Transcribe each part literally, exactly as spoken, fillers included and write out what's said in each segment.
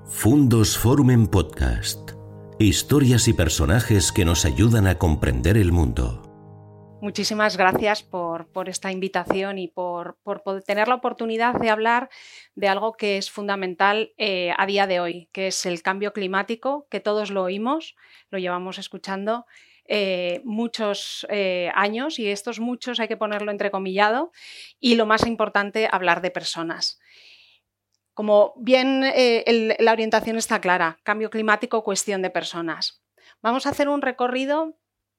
Fundos Forum en Podcast. Historias y personajes que nos ayudan a comprender el mundo. Muchísimas gracias por, por esta invitación y por, por, por tener la oportunidad de hablar de algo que es fundamental eh, a día de hoy, que es el cambio climático, que todos lo oímos, lo llevamos escuchando eh, muchos eh, años, y estos muchos hay que ponerlo entrecomillado, y lo más importante, hablar de personas. Como bien eh, el, la orientación está clara, cambio climático, cuestión de personas. Vamos a hacer un recorrido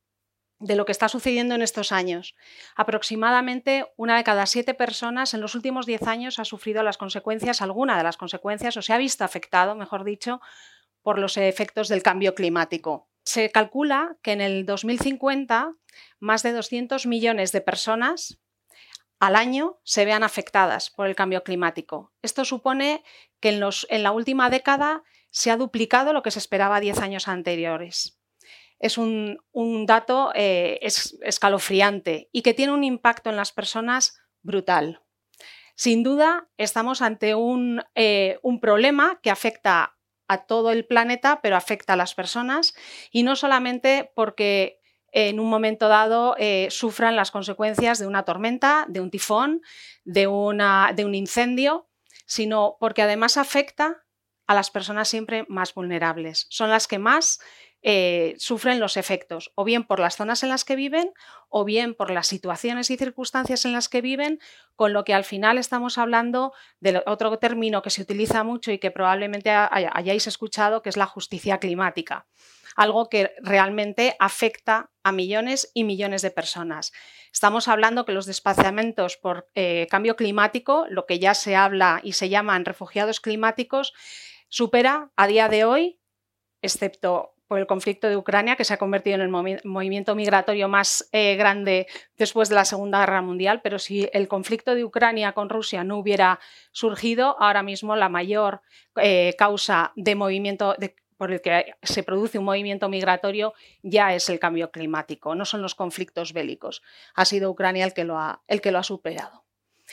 de lo que está sucediendo en estos años. Aproximadamente una de cada siete personas en los últimos diez años ha sufrido las consecuencias, alguna de las consecuencias, o se ha visto afectado, mejor dicho, por los efectos del cambio climático. Se calcula que en el dos mil cincuenta más de doscientos millones de personas al año se vean afectadas por el cambio climático. Esto supone que en, los, en la última década se ha duplicado lo que se esperaba diez años anteriores. Es un, un dato eh, es, escalofriante y que tiene un impacto en las personas brutal. Sin duda, estamos ante un, eh, un problema que afecta a todo el planeta, pero afecta a las personas, y no solamente porque en un momento dado eh, sufran las consecuencias de una tormenta, de un tifón, de, una, de un incendio, sino porque además afecta a las personas siempre más vulnerables. Son las que más eh, sufren los efectos, o bien por las zonas en las que viven, o bien por las situaciones y circunstancias en las que viven, con lo que al final estamos hablando de otro término que se utiliza mucho y que probablemente hayáis escuchado, que es la justicia climática. Algo que realmente afecta a millones y millones de personas. Estamos hablando que los desplazamientos por eh, cambio climático, lo que ya se habla y se llaman refugiados climáticos, supera a día de hoy, excepto por el conflicto de Ucrania, que se ha convertido en el movi- movimiento migratorio más eh, grande después de la Segunda Guerra Mundial, pero si el conflicto de Ucrania con Rusia no hubiera surgido, ahora mismo la mayor eh, causa de movimiento de por el que se produce un movimiento migratorio ya es el cambio climático, no son los conflictos bélicos. Ha sido Ucrania el que lo ha, el que lo ha superado.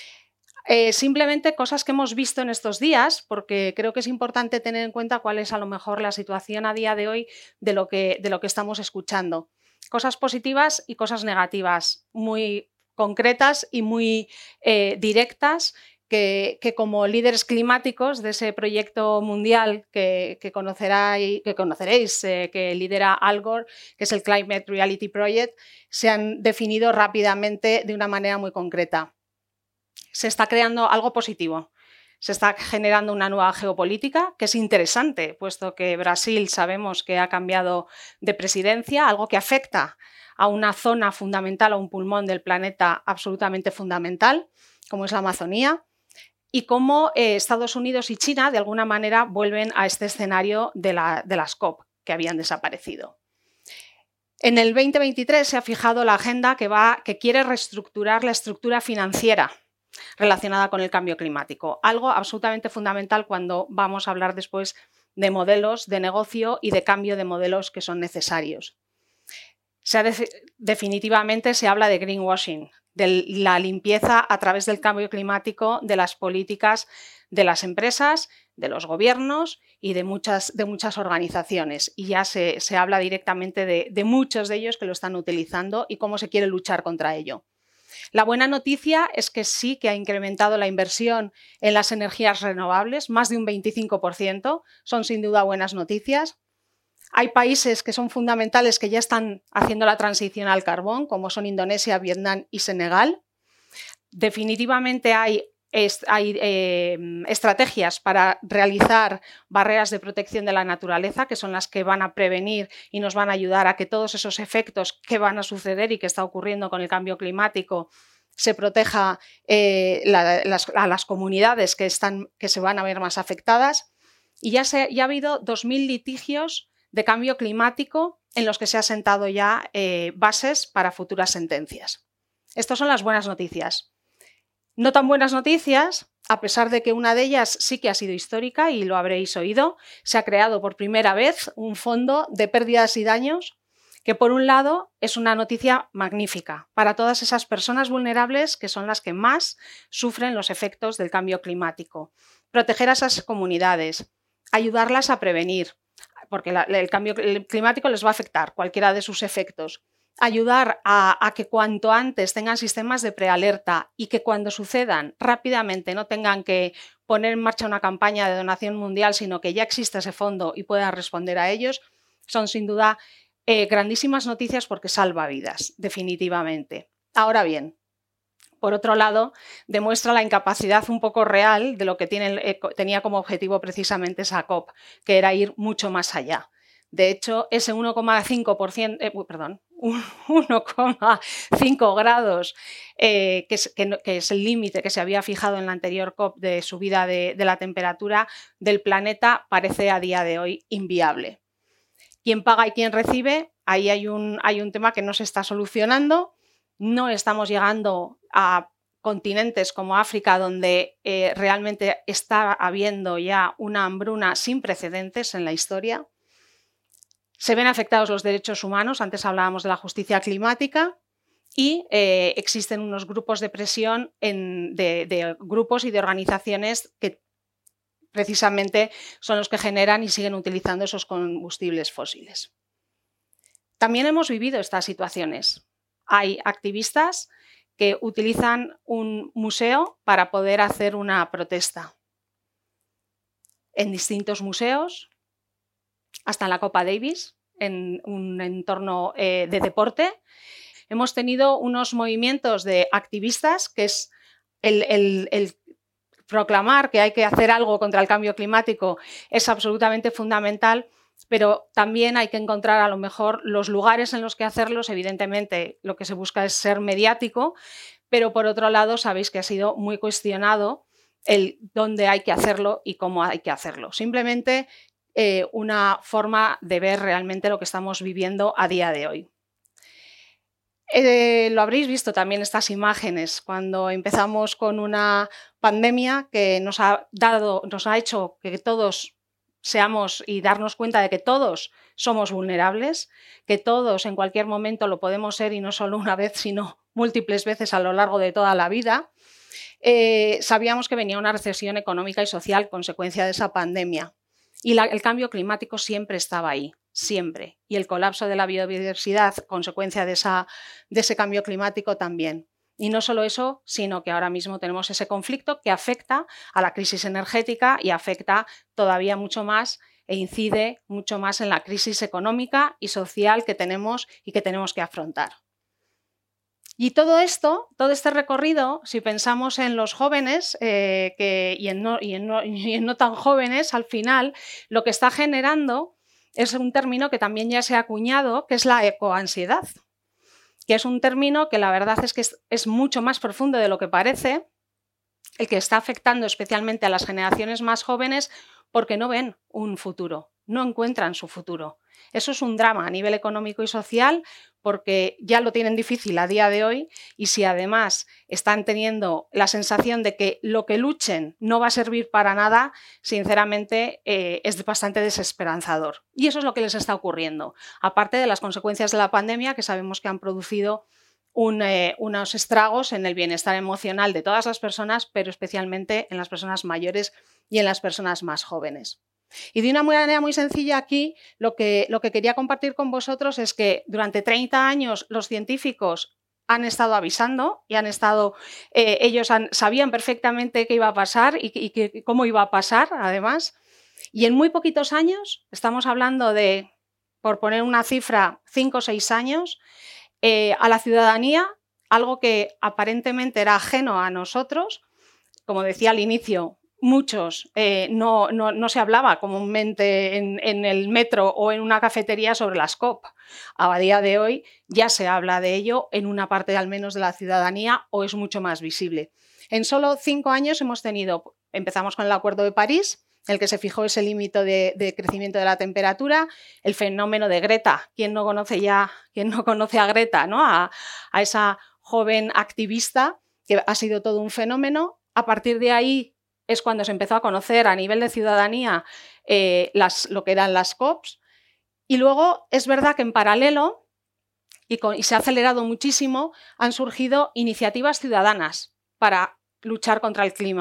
Eh, simplemente cosas que hemos visto en estos días, porque creo que es importante tener en cuenta cuál es a lo mejor la situación a día de hoy de lo que, de lo que estamos escuchando. Cosas positivas y cosas negativas, muy concretas y muy eh, directas, Que, que como líderes climáticos de ese proyecto mundial que, que, conoceráis, que conoceréis, eh, que lidera Al Gore, que es el Climate Reality Project, se han definido rápidamente de una manera muy concreta. Se está creando algo positivo. Se está generando una nueva geopolítica que es interesante, puesto que Brasil sabemos que ha cambiado de presidencia, algo que afecta a una zona fundamental, a un pulmón del planeta absolutamente fundamental, como es la Amazonía, y cómo eh, Estados Unidos y China de alguna manera vuelven a este escenario de, la, de las COP que habían desaparecido. En el veinte veintitrés se ha fijado la agenda que, va, que quiere reestructurar la estructura financiera relacionada con el cambio climático, algo absolutamente fundamental cuando vamos a hablar después de modelos de negocio y de cambio de modelos que son necesarios. Se ha de, definitivamente se habla de greenwashing, de la limpieza a través del cambio climático de las políticas de las empresas, de los gobiernos y de muchas, de muchas organizaciones. Y ya se, se habla directamente de, de muchos de ellos que lo están utilizando y cómo se quiere luchar contra ello. La buena noticia es que sí que ha incrementado la inversión en las energías renovables, más de un veinticinco por ciento, son sin duda buenas noticias. Hay países que son fundamentales que ya están haciendo la transición al carbón, como son Indonesia, Vietnam y Senegal. Definitivamente hay, es, hay eh, estrategias para realizar barreras de protección de la naturaleza, que son las que van a prevenir y nos van a ayudar a que todos esos efectos que van a suceder y que está ocurriendo con el cambio climático se proteja eh, la, las, a las comunidades que, están, que se van a ver más afectadas. Y ya, se, ya ha habido dos mil litigios de cambio climático en los que se han sentado ya eh, bases para futuras sentencias. Estas son las buenas noticias. No tan buenas noticias, a pesar de que una de ellas sí que ha sido histórica y lo habréis oído, se ha creado por primera vez un fondo de pérdidas y daños que por un lado es una noticia magnífica para todas esas personas vulnerables que son las que más sufren los efectos del cambio climático. Proteger a esas comunidades, ayudarlas a prevenir, porque la, el cambio climático les va a afectar, cualquiera de sus efectos. Ayudar a, a que cuanto antes tengan sistemas de prealerta y que cuando sucedan rápidamente no tengan que poner en marcha una campaña de donación mundial, sino que ya exista ese fondo y puedan responder a ellos, son sin duda eh, grandísimas noticias porque salva vidas, definitivamente. Ahora bien, por otro lado, demuestra la incapacidad un poco real de lo que tiene, eh, tenía como objetivo precisamente esa COP, que era ir mucho más allá. De hecho, ese uno coma cinco por ciento, eh, perdón, uno coma cinco grados, eh, que, es, que, que es el límite que se había fijado en la anterior COP de subida de, de la temperatura del planeta, parece a día de hoy inviable. ¿Quién paga y quién recibe? Ahí hay un, hay un tema que no se está solucionando. No estamos llegando a continentes como África, donde eh, realmente está habiendo ya una hambruna sin precedentes en la historia. Se ven afectados los derechos humanos, antes hablábamos de la justicia climática, y eh, existen unos grupos de presión en, de, de grupos y de organizaciones que precisamente son los que generan y siguen utilizando esos combustibles fósiles. También hemos vivido estas situaciones. Hay activistas que utilizan un museo para poder hacer una protesta. En distintos museos, hasta en la Copa Davis, en un entorno eh, de deporte, hemos tenido unos movimientos de activistas, que es el, el, el proclamar que hay que hacer algo contra el cambio climático, es absolutamente fundamental, pero también hay que encontrar a lo mejor los lugares en los que hacerlos. Evidentemente, lo que se busca es ser mediático, pero por otro lado, sabéis que ha sido muy cuestionado el dónde hay que hacerlo y cómo hay que hacerlo. Simplemente eh, una forma de ver realmente lo que estamos viviendo a día de hoy. Eh, lo habréis visto también estas imágenes cuando empezamos con una pandemia que nos ha dado, nos ha hecho que todos seamos y darnos cuenta de que todos somos vulnerables, que todos en cualquier momento lo podemos ser y no solo una vez, sino múltiples veces a lo largo de toda la vida. Eh, sabíamos que venía una recesión económica y social consecuencia de esa pandemia y la, el cambio climático siempre estaba ahí. Siempre. Y el colapso de la biodiversidad, consecuencia de, esa, de ese cambio climático también. Y no solo eso, sino que ahora mismo tenemos ese conflicto que afecta a la crisis energética y afecta todavía mucho más e incide mucho más en la crisis económica y social que tenemos y que tenemos que afrontar. Y todo esto, todo este recorrido, si pensamos en los jóvenes eh, que, y, en no, y, en no, y en no tan jóvenes, al final lo que está generando es un término que también ya se ha acuñado, que es la ecoansiedad, que es un término que la verdad es que es, es mucho más profundo de lo que parece, el que está afectando especialmente a las generaciones más jóvenes porque no ven un futuro, no encuentran su futuro. Eso es un drama a nivel económico y social porque ya lo tienen difícil a día de hoy y si además están teniendo la sensación de que lo que luchen no va a servir para nada, sinceramente eh, es bastante desesperanzador. Y eso es lo que les está ocurriendo, aparte de las consecuencias de la pandemia que sabemos que han producido un, eh, unos estragos en el bienestar emocional de todas las personas, pero especialmente en las personas mayores y en las personas más jóvenes. Y de una manera muy sencilla aquí lo que, lo que quería compartir con vosotros es que durante treinta años los científicos han estado avisando y han estado, eh, ellos han, sabían perfectamente qué iba a pasar y, y, y cómo iba a pasar además. Y en muy poquitos años, estamos hablando de, por poner una cifra, cinco o seis años, eh, a la ciudadanía, algo que aparentemente era ajeno a nosotros, como decía al inicio, muchos eh, no, no, no se hablaba comúnmente en, en el metro o en una cafetería sobre las COP. A día de hoy ya se habla de ello en una parte al menos de la ciudadanía o es mucho más visible. En solo cinco años hemos tenido, empezamos con el Acuerdo de París, en el que se fijó ese límite de, de crecimiento de la temperatura, el fenómeno de Greta. ¿Quién no conoce ya, quién no conoce a Greta, ¿no? a, a esa joven activista que ha sido todo un fenómeno? A partir de ahí es cuando se empezó a conocer a nivel de ciudadanía eh, las, lo que eran las COPs. Y luego es verdad que en paralelo, y, con, y se ha acelerado muchísimo, han surgido iniciativas ciudadanas para luchar contra el clima,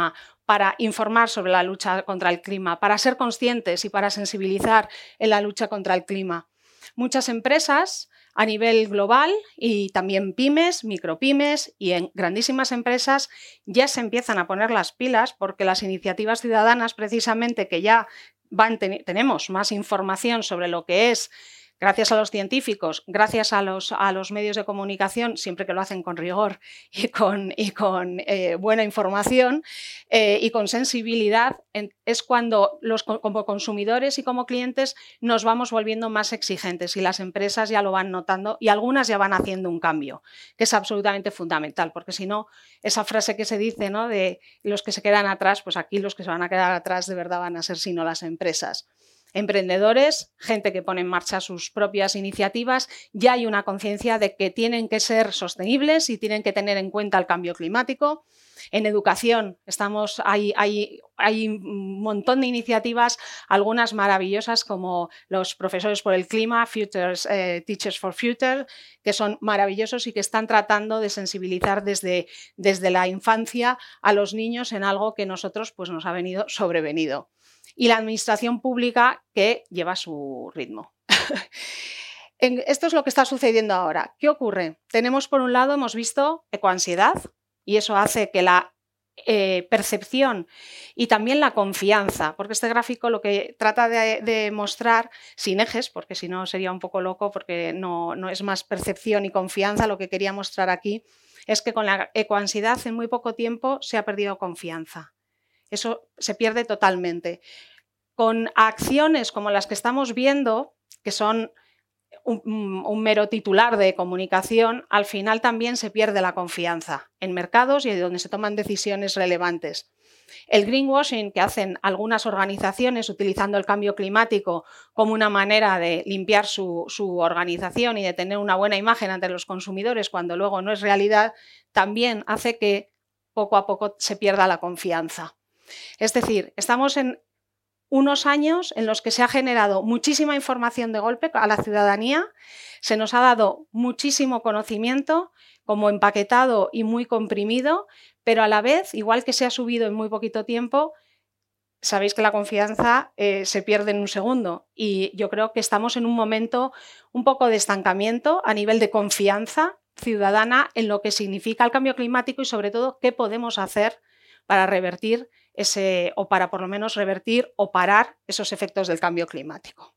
para informar sobre la lucha contra el clima, para ser conscientes y para sensibilizar en la lucha contra el clima. Muchas empresas a nivel global y también pymes, micropymes y en grandísimas empresas ya se empiezan a poner las pilas porque las iniciativas ciudadanas precisamente que ya van, ten- tenemos más información sobre lo que es, gracias a los científicos, gracias a los, a los medios de comunicación, siempre que lo hacen con rigor y con, y con eh, buena información eh, y con sensibilidad, en, es cuando los, como consumidores y como clientes nos vamos volviendo más exigentes y las empresas ya lo van notando y algunas ya van haciendo un cambio, que es absolutamente fundamental, porque si no, esa frase que se dice, ¿no?, de los que se quedan atrás, pues aquí los que se van a quedar atrás de verdad van a ser sino las empresas. Emprendedores, gente que pone en marcha sus propias iniciativas, ya hay una conciencia de que tienen que ser sostenibles y tienen que tener en cuenta el cambio climático. En educación estamos, hay, hay, hay un montón de iniciativas, algunas maravillosas como los Profesores por el Clima, Futures, eh, Teachers for Future, que son maravillosos y que están tratando de sensibilizar desde, desde la infancia a los niños en algo que nosotros pues, nos ha venido sobrevenido. Y la administración pública que lleva su ritmo. Esto es lo que está sucediendo ahora. ¿Qué ocurre? Tenemos, por un lado, hemos visto ecoansiedad y eso hace que la eh, percepción y también la confianza, porque este gráfico lo que trata de, de mostrar, sin ejes, porque si no sería un poco loco, porque no, no es más percepción y confianza, lo que quería mostrar aquí es que con la ecoansiedad en muy poco tiempo se ha perdido confianza. Eso se pierde totalmente. Con acciones como las que estamos viendo, que son un, un mero titular de comunicación, al final también se pierde la confianza en mercados y donde se toman decisiones relevantes. El greenwashing que hacen algunas organizaciones utilizando el cambio climático como una manera de limpiar su, su organización y de tener una buena imagen ante los consumidores cuando luego no es realidad, también hace que poco a poco se pierda la confianza. Es decir, estamos en unos años en los que se ha generado muchísima información de golpe a la ciudadanía, se nos ha dado muchísimo conocimiento como empaquetado y muy comprimido, pero a la vez, igual que se ha subido en muy poquito tiempo, sabéis que la confianza eh, se pierde en un segundo y yo creo que estamos en un momento un poco de estancamiento a nivel de confianza ciudadana en lo que significa el cambio climático y sobre todo qué podemos hacer para revertir ese, o para por lo menos revertir o parar esos efectos del cambio climático.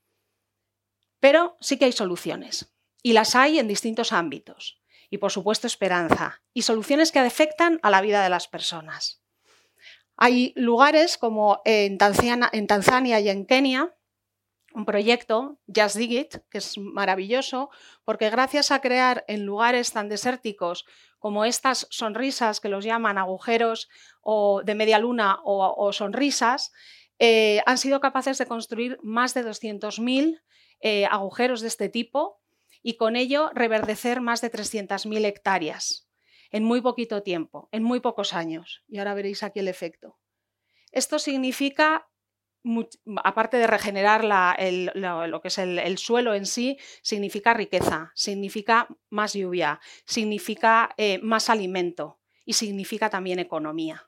Pero sí que hay soluciones y las hay en distintos ámbitos y por supuesto esperanza y soluciones que afectan a la vida de las personas. Hay lugares como en Tanzania, en Tanzania y en Kenia, un proyecto, Just Dig It, que es maravilloso porque gracias a crear en lugares tan desérticos como estas sonrisas que los llaman agujeros o de media luna o, o sonrisas, eh, han sido capaces de construir más de doscientos mil eh, agujeros de este tipo y con ello reverdecer más de trescientas mil hectáreas en muy poquito tiempo, en muy pocos años. Y ahora veréis aquí el efecto. Esto significa, aparte de regenerar la, el, lo, lo que es el, el suelo en sí, significa riqueza, significa más lluvia, significa eh, más alimento y significa también economía.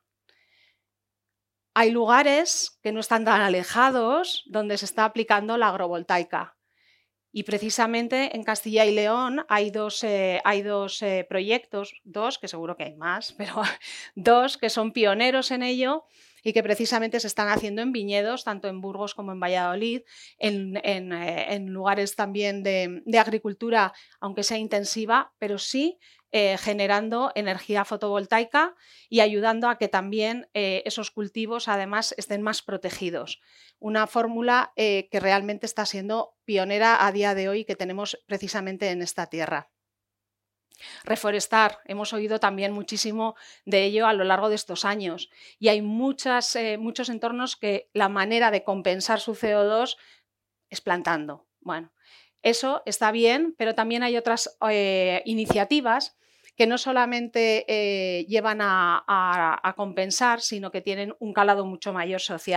Hay lugares que no están tan alejados donde se está aplicando la agrovoltaica. Y precisamente en Castilla y León hay dos, eh, hay dos eh, proyectos, dos, que seguro que hay más, pero dos que son pioneros en ello y que precisamente se están haciendo en viñedos, tanto en Burgos como en Valladolid, en, en, eh, en lugares también de, de agricultura, aunque sea intensiva, pero sí eh, generando energía fotovoltaica y ayudando a que también eh, esos cultivos además estén más protegidos. Una fórmula eh, que realmente está siendo pionera a día de hoy que tenemos precisamente en esta tierra. Reforestar, hemos oído también muchísimo de ello a lo largo de estos años y hay muchas, eh, muchos entornos que la manera de compensar su C O dos es plantando. Bueno, eso está bien, pero también hay otras eh, iniciativas que no solamente eh, llevan a, a, a compensar, sino que tienen un calado mucho mayor social.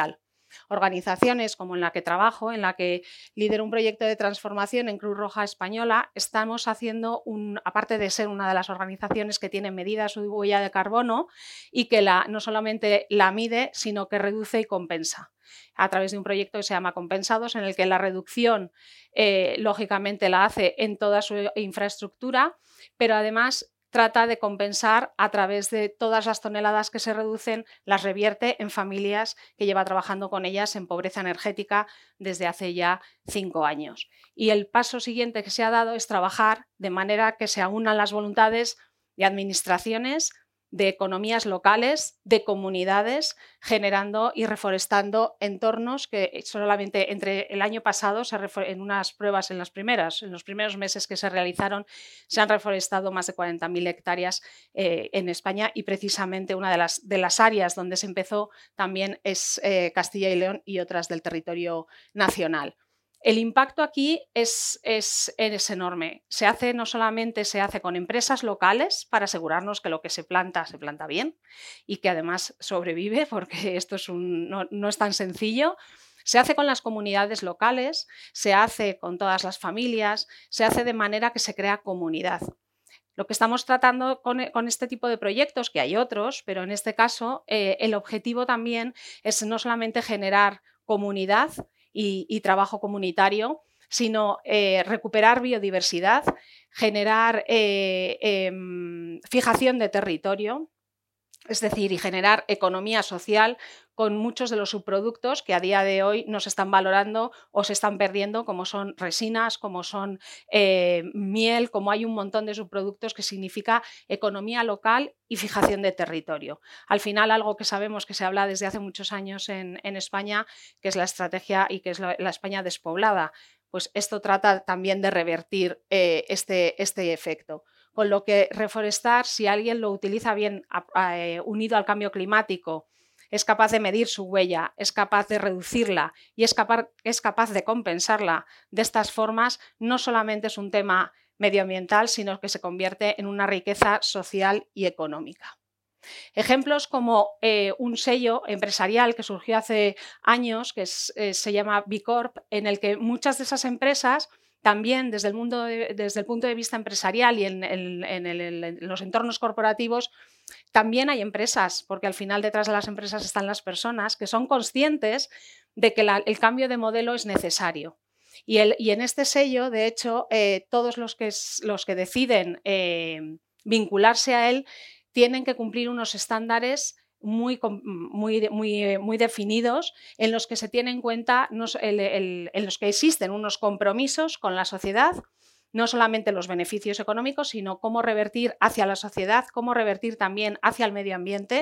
Organizaciones como en la que trabajo, en la que lidero un proyecto de transformación en Cruz Roja Española, estamos haciendo, un, aparte de ser una de las organizaciones que tiene medida su huella de carbono y que la, no solamente la mide, sino que reduce y compensa, a través de un proyecto que se llama Compensados, en el que la reducción, eh, lógicamente, la hace en toda su infraestructura, pero además trata de compensar a través de todas las toneladas que se reducen, las revierte en familias que lleva trabajando con ellas en pobreza energética desde hace ya cinco años. Y el paso siguiente que se ha dado es trabajar de manera que se aunan las voluntades de administraciones, de economías locales, de comunidades, generando y reforestando entornos que solamente entre el año pasado, se en unas pruebas en las primeras, en los primeros meses que se realizaron, se han reforestado más de cuarenta mil hectáreas eh, en España, y precisamente una de las, de las áreas donde se empezó también es eh, Castilla y León y otras del territorio nacional. El impacto aquí es, es, es enorme. Se hace, no solamente se hace con empresas locales para asegurarnos que lo que se planta se planta bien y que además sobrevive, porque esto es un, no, no es tan sencillo. Se hace con las comunidades locales, se hace con todas las familias, se hace de manera que se crea comunidad. Lo que estamos tratando con, con este tipo de proyectos, que hay otros, pero en este caso eh, el objetivo también es no solamente generar comunidad y, y trabajo comunitario, sino eh, recuperar biodiversidad, generar eh, eh, fijación de territorio, es decir, y generar economía social con muchos de los subproductos que a día de hoy no se están valorando o se están perdiendo, como son resinas, como son eh, miel, como hay un montón de subproductos que significa economía local y fijación de territorio. Al final, algo que sabemos que se habla desde hace muchos años en, en España, que es la estrategia y que es la, la España despoblada, pues esto trata también de revertir eh, este, este efecto. Con lo que reforestar, si alguien lo utiliza bien a, a, eh, unido al cambio climático, es capaz de medir su huella, es capaz de reducirla y es capaz, es capaz de compensarla de estas formas, no solamente es un tema medioambiental, sino que se convierte en una riqueza social y económica. Ejemplos como eh, un sello empresarial que surgió hace años, que es, eh, se llama B Corp, en el que muchas de esas empresas también desde el, mundo de, desde el punto de vista empresarial y en, en, en, el, en los entornos corporativos, también hay empresas, porque al final detrás de las empresas están las personas que son conscientes de que la, el cambio de modelo es necesario. Y, el, y en este sello, de hecho, eh, todos los que, los que deciden eh, vincularse a él tienen que cumplir unos estándares Muy, muy, muy, muy definidos, en los que se tienen en cuenta, el, el, en los que existen unos compromisos con la sociedad, no solamente los beneficios económicos, sino cómo revertir hacia la sociedad, cómo revertir también hacia el medio ambiente,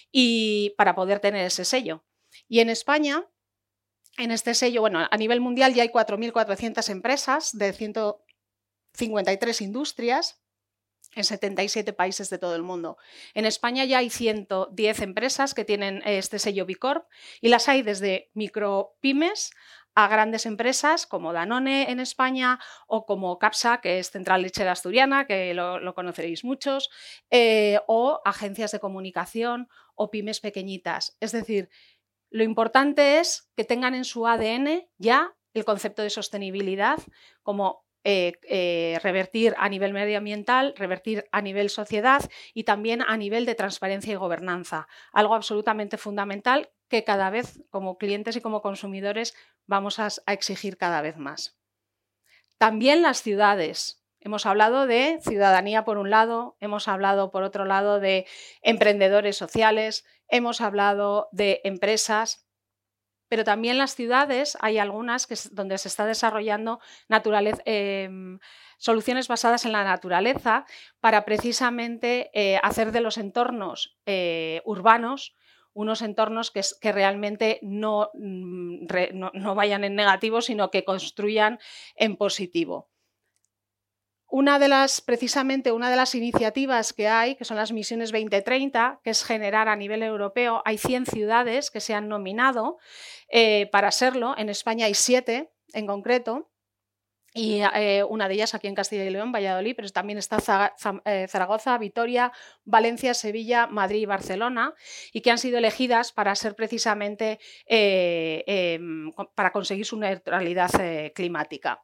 y para poder tener ese sello. Y en España, en este sello, bueno, a nivel mundial ya hay cuatro mil cuatrocientas empresas de ciento cincuenta y tres industrias, en setenta y siete países de todo el mundo. En España ya hay ciento diez empresas que tienen este sello B Corp, y las hay desde micropymes a grandes empresas como Danone en España, o como Capsa, que es Central Lechera Asturiana, que lo, lo conoceréis muchos, eh, o agencias de comunicación o pymes pequeñitas. Es decir, lo importante es que tengan en su A D N ya el concepto de sostenibilidad como Eh, eh, revertir a nivel medioambiental, revertir a nivel sociedad y también a nivel de transparencia y gobernanza. Algo absolutamente fundamental que cada vez como clientes y como consumidores vamos a, a exigir cada vez más. También las ciudades. Hemos hablado de ciudadanía por un lado, hemos hablado por otro lado de emprendedores sociales, hemos hablado de empresas. Pero también las ciudades, hay algunas que, donde se está desarrollando eh, soluciones basadas en la naturaleza para precisamente eh, hacer de los entornos eh, urbanos unos entornos que, que realmente no, no, no vayan en negativo, sino que construyan en positivo. Una de las, precisamente una de las iniciativas que hay, que son las misiones veinte treinta, que es generar a nivel europeo, hay cien ciudades que se han nominado eh, para serlo, en España hay siete en concreto, y eh, una de ellas aquí en Castilla y León, Valladolid, pero también está Zaragoza, Vitoria, Valencia, Sevilla, Madrid y Barcelona, y que han sido elegidas para ser precisamente eh, eh, para conseguir su neutralidad eh, climática.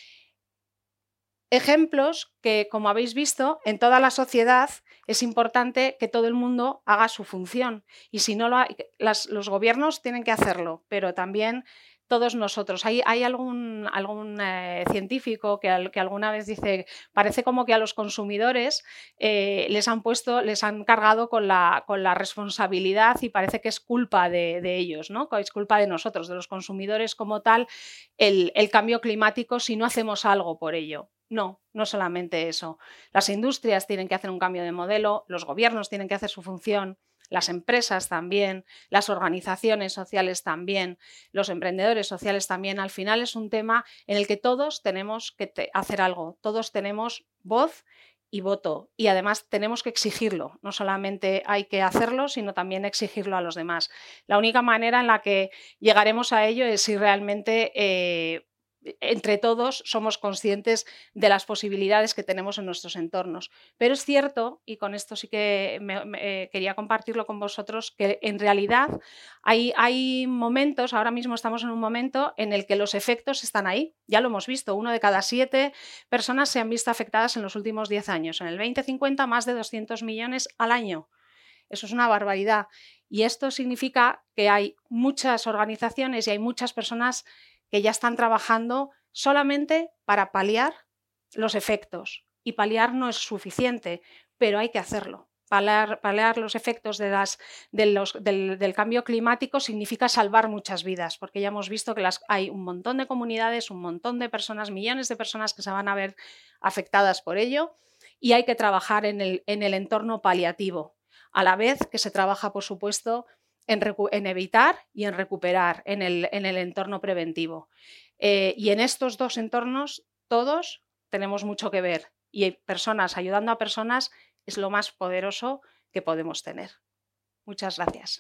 Ejemplos que, como habéis visto, en toda la sociedad es importante que todo el mundo haga su función, y si no lo hay, las, los gobiernos tienen que hacerlo, pero también todos nosotros. Hay, hay algún, algún eh, científico que, al, que alguna vez dice, parece como que a los consumidores eh, les han puesto, les han cargado con la, con la responsabilidad y parece que es culpa de, de ellos, ¿no? Que es culpa de nosotros, de los consumidores como tal, el, el cambio climático si no hacemos algo por ello. No, no solamente eso. Las industrias tienen que hacer un cambio de modelo, los gobiernos tienen que hacer su función, las empresas también, las organizaciones sociales también, los emprendedores sociales también. Al final es un tema en el que todos tenemos que hacer algo, todos tenemos voz y voto, y además tenemos que exigirlo. No solamente hay que hacerlo, sino también exigirlo a los demás. La única manera en la que llegaremos a ello es si realmente eh, entre todos somos conscientes de las posibilidades que tenemos en nuestros entornos. Pero es cierto, y con esto sí que me, me, eh, quería compartirlo con vosotros, que en realidad hay, hay momentos, ahora mismo estamos en un momento en el que los efectos están ahí. Ya lo hemos visto, uno de cada siete personas se han visto afectadas en los últimos diez años. En el veinte cincuenta, más de doscientos millones al año. Eso es una barbaridad. Y esto significa que hay muchas organizaciones y hay muchas personas que ya están trabajando solamente para paliar los efectos. Y paliar no es suficiente, pero hay que hacerlo. Paliar, paliar los efectos de las, de los, del, del cambio climático significa salvar muchas vidas, porque ya hemos visto que las, hay un montón de comunidades, un montón de personas, millones de personas que se van a ver afectadas por ello, y hay que trabajar en el, en el entorno paliativo, a la vez que se trabaja, por supuesto, En, en evitar y en recuperar en el, en el entorno preventivo. Eh, y en estos dos entornos todos tenemos mucho que ver, y personas ayudando a personas es lo más poderoso que podemos tener. Muchas gracias.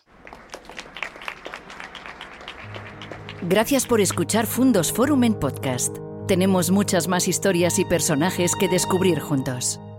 Gracias por escuchar Fundos Forum en podcast. Tenemos muchas más historias y personajes que descubrir juntos.